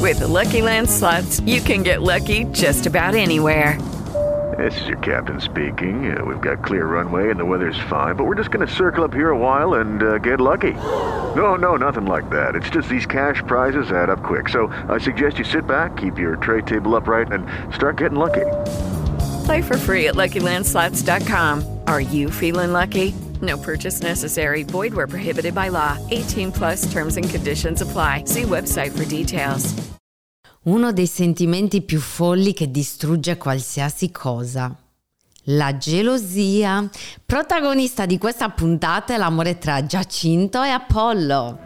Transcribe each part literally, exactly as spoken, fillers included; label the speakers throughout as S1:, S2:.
S1: With the Lucky Land Slots, you can get lucky just about anywhere.
S2: This is your captain speaking. Uh, we've got clear runway and the weather's fine, but we're just going to circle up here a while and uh, get lucky. No, no, nothing like that. It's just these cash prizes add up quick. So I suggest you sit back, keep your tray table upright, and start getting lucky.
S1: Play for free at Lucky Land Slots dot com. Are you feeling lucky? No purchase necessary. Void where prohibited by law. eighteen plus terms and conditions apply. See website for details.
S3: Uno dei sentimenti più folli che distrugge qualsiasi cosa. La gelosia. Protagonista di questa puntata è l'amore tra Giacinto e Apollo.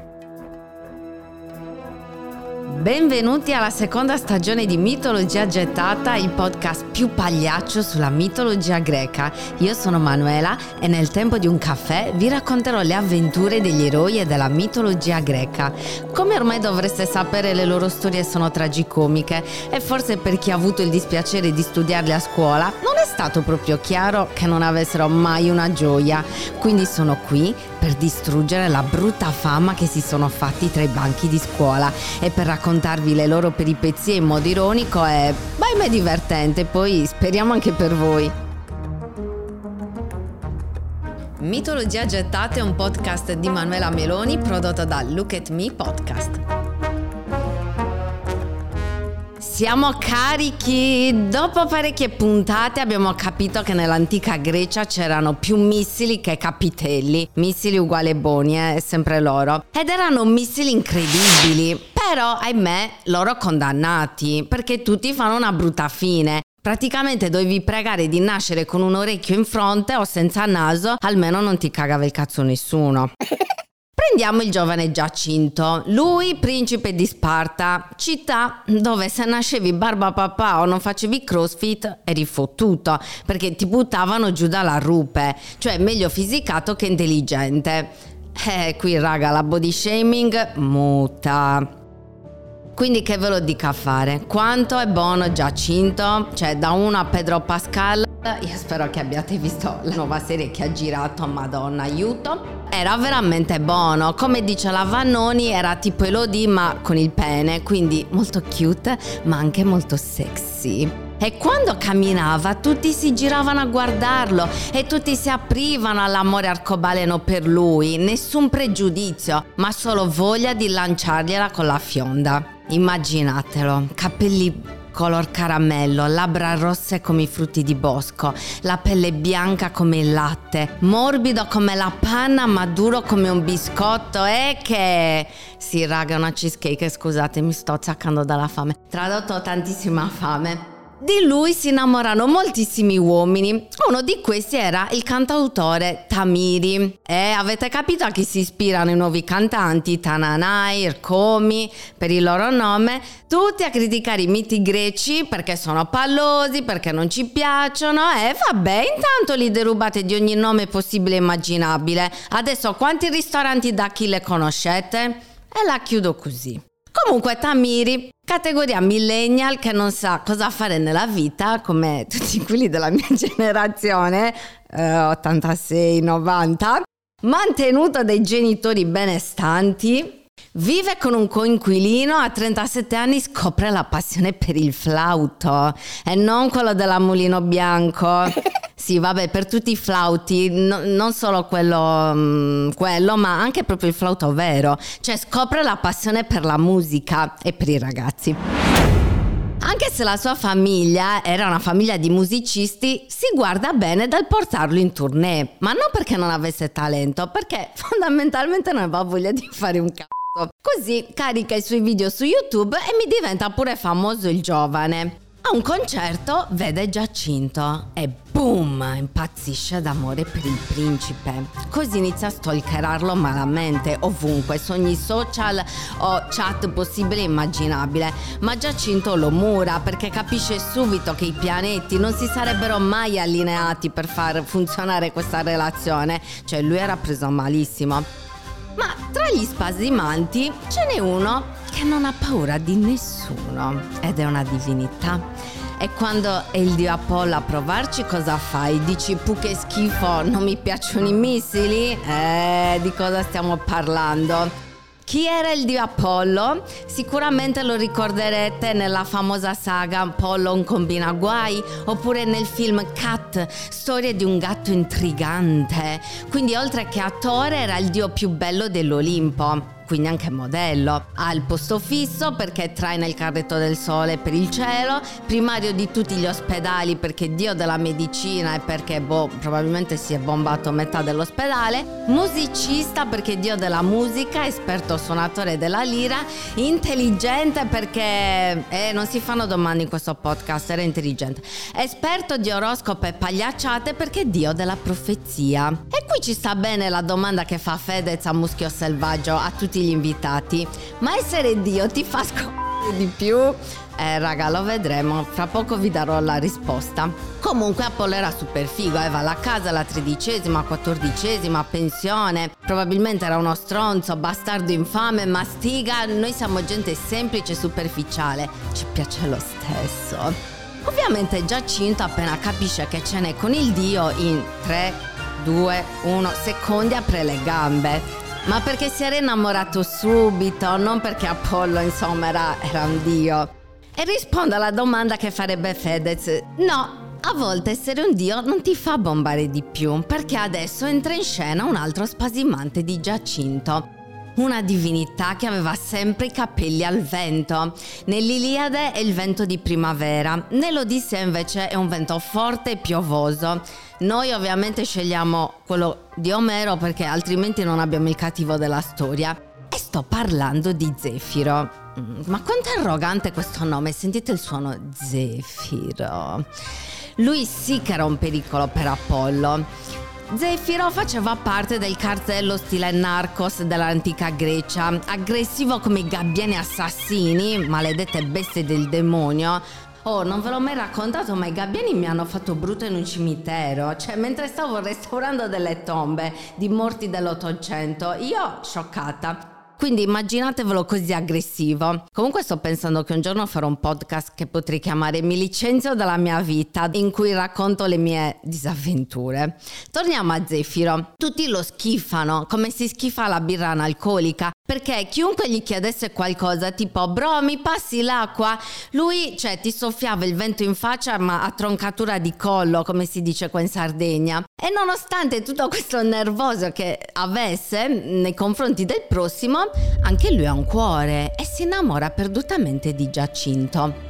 S3: Benvenuti alla seconda stagione di Mitologia Gettata, il podcast più pagliaccio sulla mitologia greca. Io sono Manuela e nel tempo di un caffè vi racconterò le avventure degli eroi e della mitologia greca. Come ormai dovreste sapere, le loro storie sono tragicomiche e forse per chi ha avuto il dispiacere di studiarle a scuola non è stato proprio chiaro che non avessero mai una gioia. Quindi sono qui per distruggere la brutta fama che si sono fatti tra i banchi di scuola e per raccontarvi le loro peripezie in modo ironico e, beh, divertente, poi speriamo anche per voi. Mitologia Gettata è un podcast di Manuela Meloni prodotto da Look at Me Podcast. Siamo carichi! Dopo parecchie puntate abbiamo capito che nell'antica Grecia c'erano più missili che capitelli. Missili uguale buoni, eh, è sempre loro. Ed erano missili incredibili, però ahimè loro condannati, perché tutti fanno una brutta fine. Praticamente dovevi pregare di nascere con un orecchio in fronte o senza naso, almeno non ti cagava il cazzo nessuno. Prendiamo il giovane Giacinto, lui principe di Sparta, città dove se nascevi barba papà o non facevi crossfit eri fottuto, perché ti buttavano giù dalla rupe, cioè meglio fisicato che intelligente. Eh, qui raga, la body shaming muta. Quindi che ve lo dica a fare? Quanto è buono Giacinto? Cioè da uno a Pedro Pascal. Io spero che abbiate visto la nuova serie che ha girato, Madonna aiuto. Era veramente buono, come dice la Vannoni era tipo Elodie ma con il pene, quindi molto cute ma anche molto sexy. E quando camminava tutti si giravano a guardarlo e tutti si aprivano all'amore arcobaleno per lui, nessun pregiudizio, ma solo voglia di lanciargliela con la fionda. Immaginatelo, capelli color caramello, labbra rosse come i frutti di bosco, la pelle bianca come il latte, morbido come la panna ma duro come un biscotto e che... Sì raga, una cheesecake, scusate, mi sto attaccando dalla fame. Tradotto, ho tantissima fame. Di lui si innamorano moltissimi uomini. Uno di questi era il cantautore Tamiri. E avete capito a chi si ispirano i nuovi cantanti? Tananai, Ercomi, per il loro nome. Tutti a criticare i miti greci perché sono pallosi, perché non ci piacciono. E vabbè, intanto li derubate di ogni nome possibile e immaginabile. Adesso quanti ristoranti da chi le conoscete? E la chiudo così. Comunque Tamiri, categoria millennial che non sa cosa fare nella vita, come tutti quelli della mia generazione, eh, ottantasei novanta, mantenuto dai genitori benestanti, vive con un coinquilino, a trentasette anni scopre la passione per il flauto e non quello della Mulino Bianco. Sì, vabbè, per tutti i flauti, no, non solo quello, mh, quello, ma anche proprio il flauto vero. Cioè scopre la passione per la musica e per i ragazzi. Anche se la sua famiglia era una famiglia di musicisti, si guarda bene dal portarlo in tournée. Ma non perché non avesse talento, perché fondamentalmente non aveva voglia di fare un cazzo. Così carica i suoi video su YouTube e mi diventa pure famoso il giovane. A un concerto vede Giacinto e boom, impazzisce d'amore per il principe. Così inizia a stalkerarlo malamente ovunque, su ogni social o chat possibile e immaginabile. Ma Giacinto lo mura perché capisce subito che i pianeti non si sarebbero mai allineati per far funzionare questa relazione. Cioè lui era preso malissimo. Ma tra gli spasimanti ce n'è uno che non ha paura di nessuno ed è una divinità. E quando è il dio Apollo a provarci, cosa fai? Dici, pu che schifo, non mi piacciono i missili? Eh, di cosa stiamo parlando? Chi era il dio Apollo? Sicuramente lo ricorderete nella famosa saga Apollo un combina guai, oppure nel film Cat, storia di un gatto intrigante. Quindi oltre che attore era il dio più bello dell'Olimpo, quindi anche modello. Ha il posto fisso perché traina il carretto del sole per il cielo, primario di tutti gli ospedali perché dio della medicina e perché boh, probabilmente si è bombato metà dell'ospedale, musicista perché dio della musica, esperto suonatore della lira, intelligente perché eh, non si fanno domande in questo podcast, era intelligente, esperto di oroscopo e pagliacciate perché dio della profezia. E qui ci sta bene la domanda che fa Fedez a Muschio Selvaggio a tutti gli invitati: ma essere Dio ti fa scoprire di più? Eh raga, lo vedremo, fra poco vi darò la risposta. Comunque Apollo era super figo, aveva la casa, la tredicesima, quattordicesima pensione, probabilmente era uno stronzo, bastardo infame, ma stiga, noi siamo gente semplice e superficiale, ci piace lo stesso. Ovviamente Giacinto appena capisce che ce n'è con il dio in tre, due, uno secondi apre le gambe. Ma perché si era innamorato subito, non perché Apollo insomma era, era un dio. E risponde alla domanda che farebbe Fedez: no, a volte essere un dio non ti fa bombare di più, perché adesso entra in scena un altro spasimante di Giacinto. Una divinità che aveva sempre i capelli al vento. Nell'Iliade è il vento di primavera, nell'Odissea invece è un vento forte e piovoso. Noi ovviamente scegliamo quello di Omero perché altrimenti non abbiamo il cattivo della storia. E sto parlando di Zefiro. Ma quanto è arrogante questo nome, sentite il suono, Zefiro. Lui sì che era un pericolo per Apollo. Zefiro faceva parte del cartello stile Narcos dell'antica Grecia, aggressivo come i gabbiani assassini, maledette bestie del demonio. Oh, non ve l'ho mai raccontato, ma i gabbiani mi hanno fatto brutto in un cimitero. Cioè, mentre stavo restaurando delle tombe di morti dell'Ottocento, io scioccata. Quindi immaginatevelo così aggressivo. Comunque sto pensando che un giorno farò un podcast che potrei chiamare Mi licenzio dalla mia vita, in cui racconto le mie disavventure. Torniamo a Zefiro. Tutti lo schifano, come si schifa la birra analcolica, perché chiunque gli chiedesse qualcosa tipo bro mi passi l'acqua, lui cioè ti soffiava il vento in faccia ma a troncatura di collo, come si dice qua in Sardegna. E nonostante tutto questo nervoso che avesse nei confronti del prossimo, anche lui ha un cuore e si innamora perdutamente di Giacinto.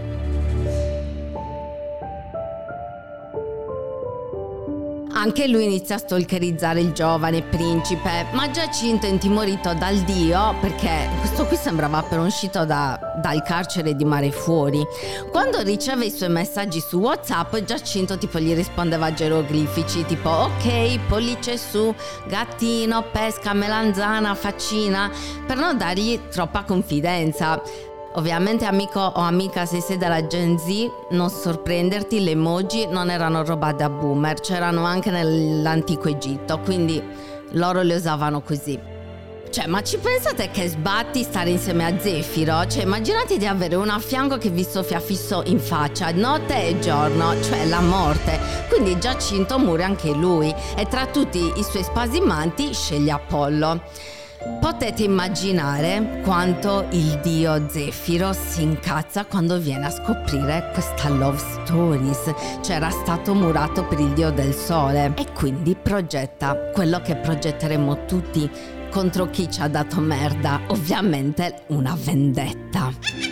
S3: Anche lui inizia a stalkerizzare il giovane principe, ma Giacinto è intimorito dal dio perché questo qui sembrava appena uscito da, dal carcere di Mare Fuori. Quando riceve i suoi messaggi su WhatsApp, Giacinto tipo gli rispondeva a geroglifici tipo ok, pollice su, gattino, pesca, melanzana, faccina, per non dargli troppa confidenza. Ovviamente amico o amica se sei della Gen Z, non sorprenderti, le emoji non erano roba da boomer, c'erano anche nell'antico Egitto, quindi loro le usavano così. Cioè, ma ci pensate che sbatti stare insieme a Zefiro? Cioè, immaginate di avere uno a fianco che vi soffia fisso in faccia, notte e giorno, cioè la morte. Quindi Giacinto muore anche lui e tra tutti i suoi spasimanti sceglie Apollo. Potete immaginare quanto il dio Zefiro si incazza quando viene a scoprire questa love stories. C'era stato murato per il dio del sole e quindi progetta quello che progetteremo tutti contro chi ci ha dato merda, ovviamente una vendetta.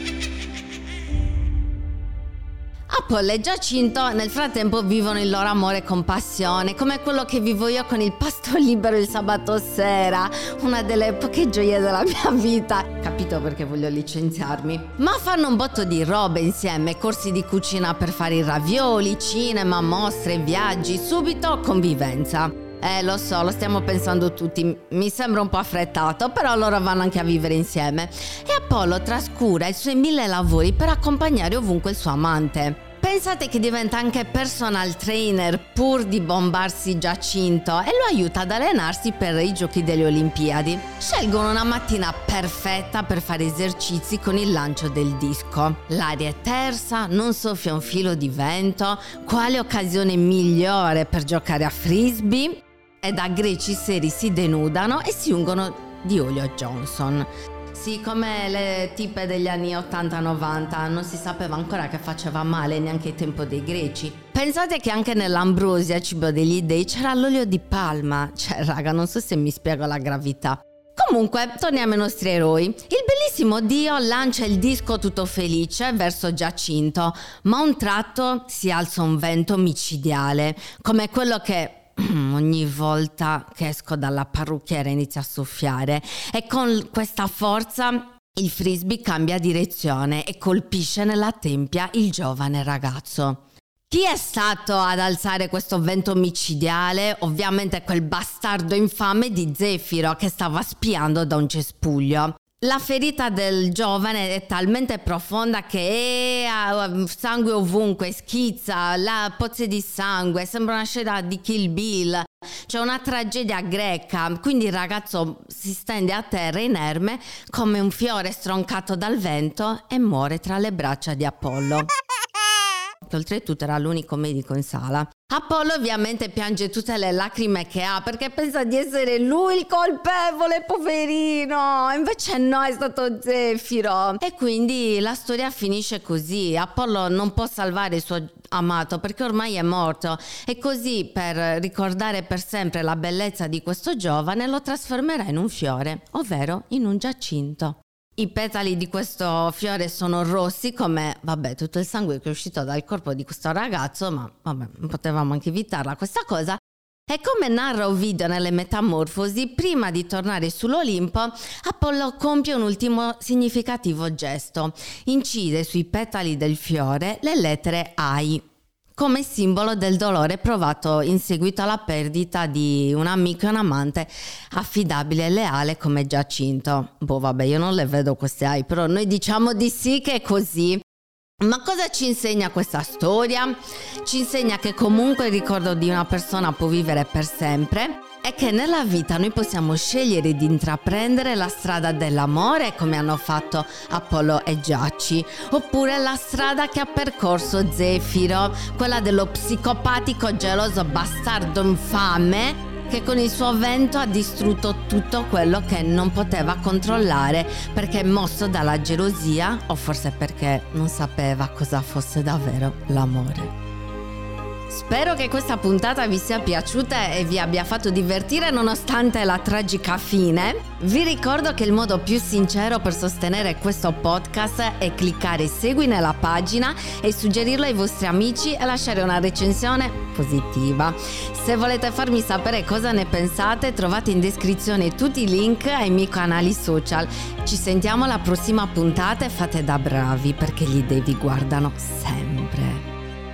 S3: Apollo e Giacinto nel frattempo vivono il loro amore con passione, come quello che vivo io con il pasto libero il sabato sera, una delle poche gioie della mia vita. Capito perché voglio licenziarmi? Ma fanno un botto di robe insieme, corsi di cucina per fare i ravioli, cinema, mostre, viaggi, subito convivenza. Eh, lo so, lo stiamo pensando tutti, mi sembra un po' affrettato, però loro vanno anche a vivere insieme. E Apollo trascura i suoi mille lavori per accompagnare ovunque il suo amante. Pensate che diventa anche personal trainer pur di bombarsi Giacinto e lo aiuta ad allenarsi per i giochi delle Olimpiadi. Scelgono una mattina perfetta per fare esercizi con il lancio del disco. L'aria è tersa, non soffia un filo di vento, quale occasione migliore per giocare a frisbee? E da greci seri si denudano e si ungono di Julio Johnson. Sì, come le tipe degli anni ottanta novanta, non si sapeva ancora che faceva male neanche il tempo dei greci. Pensate che anche nell'ambrosia, cibo degli dei, c'era l'olio di palma. Cioè, raga, non so se mi spiego la gravità. Comunque, torniamo ai nostri eroi. Il bellissimo Dio lancia il disco tutto felice verso Giacinto, ma a un tratto si alza un vento micidiale, come quello che ogni volta che esco dalla parrucchiera inizia a soffiare, e con questa forza il frisbee cambia direzione e colpisce nella tempia il giovane ragazzo. Chi è stato ad alzare questo vento micidiale? Ovviamente quel bastardo infame di Zefiro che stava spiando da un cespuglio. La ferita del giovane è talmente profonda che è sangue ovunque, schizza, la pozze di sangue, sembra una scena di Kill Bill. C'è una tragedia greca, quindi il ragazzo si stende a terra inerme come un fiore stroncato dal vento e muore tra le braccia di Apollo. Oltretutto era l'unico medico in sala. Apollo ovviamente piange tutte le lacrime che ha perché pensa di essere lui il colpevole, poverino, invece no, è stato Zefiro. E quindi la storia finisce così. Apollo non può salvare il suo amato perché ormai è morto, e così, per ricordare per sempre la bellezza di questo giovane, lo trasformerà in un fiore, ovvero in un giacinto. I petali di questo fiore sono rossi come, vabbè, tutto il sangue che è uscito dal corpo di questo ragazzo, ma vabbè, potevamo anche evitarla questa cosa. E come narra Ovidio nelle Metamorfosi, prima di tornare sull'Olimpo, Apollo compie un ultimo significativo gesto. Incide sui petali del fiore le lettere Ai, come simbolo del dolore provato in seguito alla perdita di un amico e un amante affidabile e leale come Giacinto. Boh, vabbè, io non le vedo queste Ai, però noi diciamo di sì che è così. Ma cosa ci insegna questa storia? Ci insegna che comunque il ricordo di una persona può vivere per sempre e che nella vita noi possiamo scegliere di intraprendere la strada dell'amore come hanno fatto Apollo e Giaci, oppure la strada che ha percorso Zefiro, quella dello psicopatico geloso bastardo infame che con il suo vento ha distrutto tutto quello che non poteva controllare perché è mosso dalla gelosia, o forse perché non sapeva cosa fosse davvero l'amore. Spero che questa puntata vi sia piaciuta e vi abbia fatto divertire nonostante la tragica fine. Vi ricordo che il modo più sincero per sostenere questo podcast è cliccare segui nella pagina e suggerirlo ai vostri amici e lasciare una recensione positiva. Se volete farmi sapere cosa ne pensate, trovate in descrizione tutti i link ai miei canali social. Ci sentiamo alla prossima puntata e fate da bravi perché gli dei vi guardano sempre.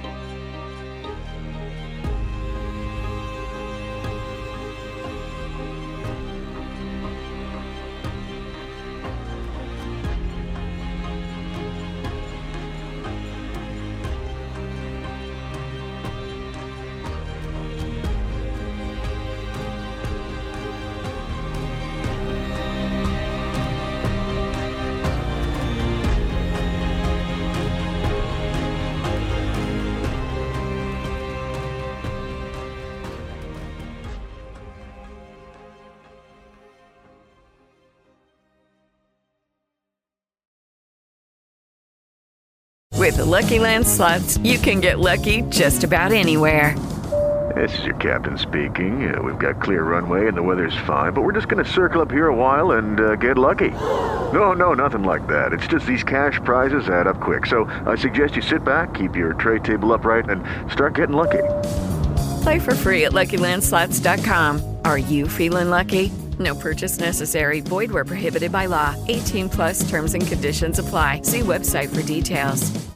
S1: With the Lucky Land Slots, you can get lucky just about anywhere.
S2: This is your captain speaking. Uh, we've got clear runway and the weather's fine, but we're just going to circle up here a while and uh, get lucky. No, no, nothing like that. It's just these cash prizes add up quick. So I suggest you sit back, keep your tray table upright, and start getting lucky.
S1: Play for free at Lucky Land Slots dot com. Are you feeling lucky? No purchase necessary. Void where prohibited by law. eighteen plus terms and conditions apply. See website for details.